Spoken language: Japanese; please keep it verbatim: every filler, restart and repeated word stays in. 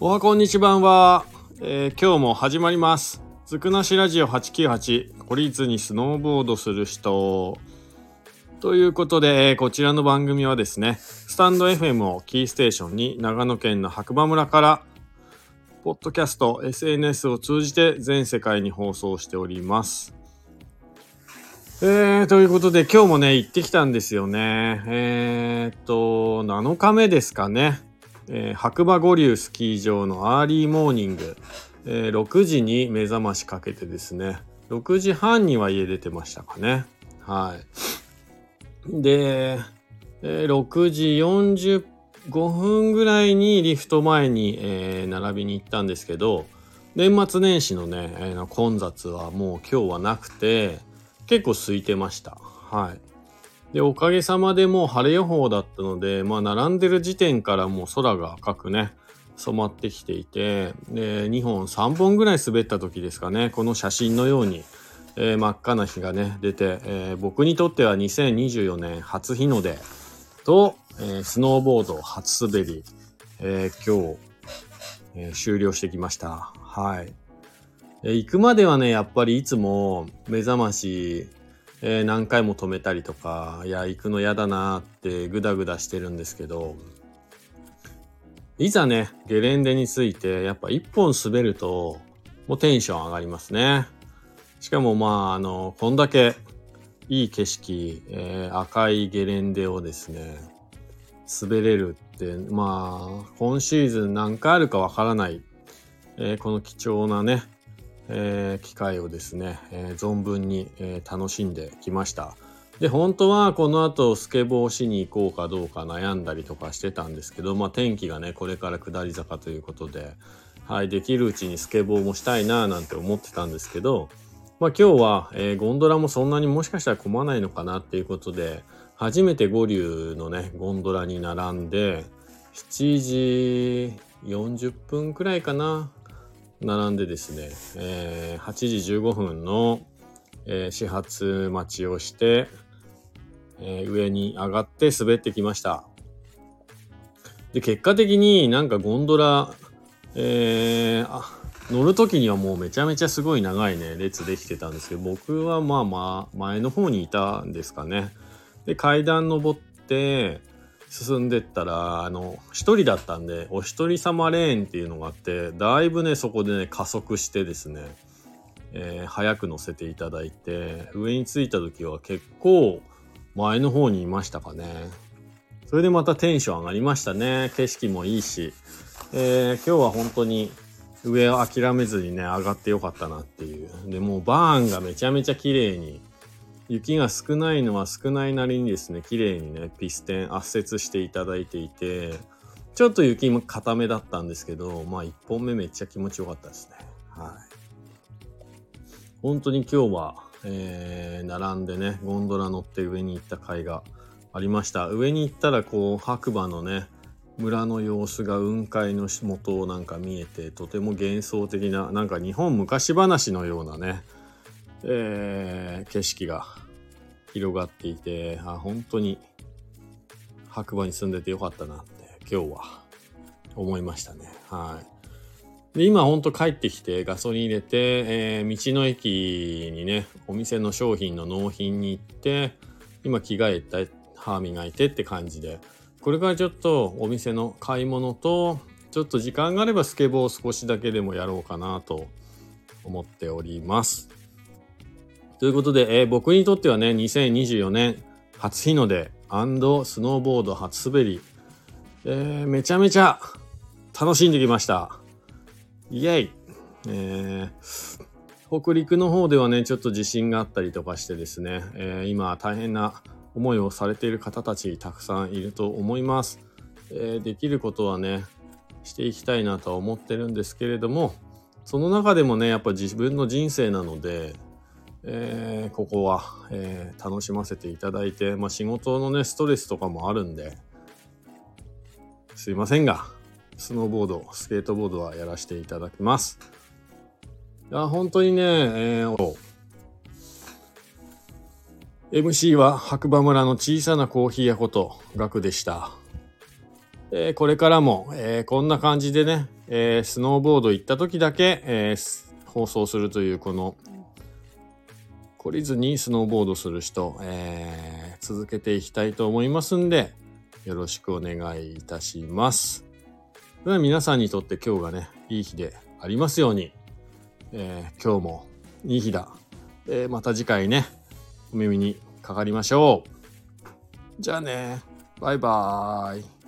おはこんにちばんは、えー、今日も始まります。つくなしラジオはちきゅうはち、孤立にスノーボードする人ということで、えー、こちらの番組はですね、スタンド エフエム をキーステーションに長野県の白馬村からポッドキャスト エスエヌエス を通じて全世界に放送しております。えー、ということで今日もね行ってきたんですよね。えー、っとなのかめですかね。えー、白馬五竜スキー場のアーリーモーニング、えー、ろくじに目覚ましかけてですね、ろくじはんには家出てましたかね。はいで、えー、ろくじよんじゅうごふんぐらいにリフト前に、えー、並びに行ったんですけど、年末年始のね、えー、混雑はもう今日はなくて結構空いてました。はいで、おかげさまでもう晴れ予報だったので、まあ並んでる時点からもう空が赤くね染まってきていて、でにほんさんぼんぐらい滑った時ですかね、この写真のように、えー、真っ赤な日がね出て、えー、僕にとってはにせんにじゅうよねん初日の出と、えー、スノーボード初滑り、えー、今日、えー、終了してきました。はい、えー、行くまではねやっぱりいつも目覚ましえー、何回も止めたりとか、いや行くのやだなーってグダグダしてるんですけど、いざねゲレンデについてやっぱ一本滑るともうテンション上がりますね。しかもまああのこんだけいい景色、えー、赤いゲレンデをですね滑れるって、まあ今シーズン何回あるかわからない、えー、この貴重なねえー、機会をですね、えー、存分に、えー、楽しんできました。で本当はこの後スケボーしに行こうかどうか悩んだりとかしてたんですけど、まあ天気がねこれから下り坂ということで、はい、できるうちにスケボーもしたいななんて思ってたんですけど、まあ今日は、えー、ゴンドラもそんなにもしかしたら混まないのかなっていうことで、初めて五竜のねゴンドラに並んでしちじよんじゅっぷんくらいかな並んでですね、えー、はちじじゅうごふんの、えー、始発待ちをして、えー、上に上がって滑ってきました。で結果的になんかゴンドラ、えー、あ乗る時にはもうめちゃめちゃすごい長いね列できてたんですけど、僕はまあまあ前の方にいたんですかね。で階段登って進んでったら、あの一人だったんでお一人様レーンっていうのがあって、だいぶねそこでね加速してですね、えー、早く乗せていただいて、上に着いた時は結構前の方にいましたかね。それでまたテンション上がりましたね。景色もいいし、えー、今日は本当に上を諦めずにね上がってよかったなっていう。でもうバーンがめちゃめちゃ綺麗に、雪が少ないのは少ないなりにですね綺麗にねピステン圧雪していただいていて、ちょっと雪も固めだったんですけど、まあいっぽんめめっちゃ気持ちよかったですね。はい本当に今日は、えー、並んでねゴンドラ乗って上に行った甲斐がありました。上に行ったらこう白馬のね村の様子が雲海の元をなんか見えて、とても幻想的な、なんか日本昔話のようなね、えー、景色が広がっていて、あ本当に白馬に住んでてよかったなって今日は思いましたね。はいで今ほんと帰ってきてガソリン入れて、えー、道の駅にねお店の商品の納品に行って、今着替えて歯磨いてって感じで、これからちょっとお店の買い物と、ちょっと時間があればスケボーを少しだけでもやろうかなと思っております。ということで、えー、僕にとってはねにせんにじゅうよねん初日の出&スノーボード初滑り、えー、めちゃめちゃ楽しんできました。イエイ、えー、北陸の方ではねちょっと地震があったりとかしてですね、えー、今大変な思いをされている方たちたくさんいると思います。えー、できることはねしていきたいなとは思ってるんですけれども、その中でもねやっぱ自分の人生なので、えー、ここは、えー、楽しませていただいて、まあ、仕事のねストレスとかもあるんですいませんが、スノーボードスケートボードはやらせていただきます。いや本当にね、えー、エムシー は白馬村の小さなコーヒー屋ことガクでした。 えー、これからも、えー、こんな感じでね、えー、スノーボード行った時だけ、えー、放送するというこの懲りずにスノーボードする人、えー、続けていきたいと思いますんで、よろしくお願いいたします。では皆さんにとって今日がね、いい日でありますように、えー、今日もいい日だ。えー、また次回ね、お耳にかかりましょう。じゃあね、バイバーイ。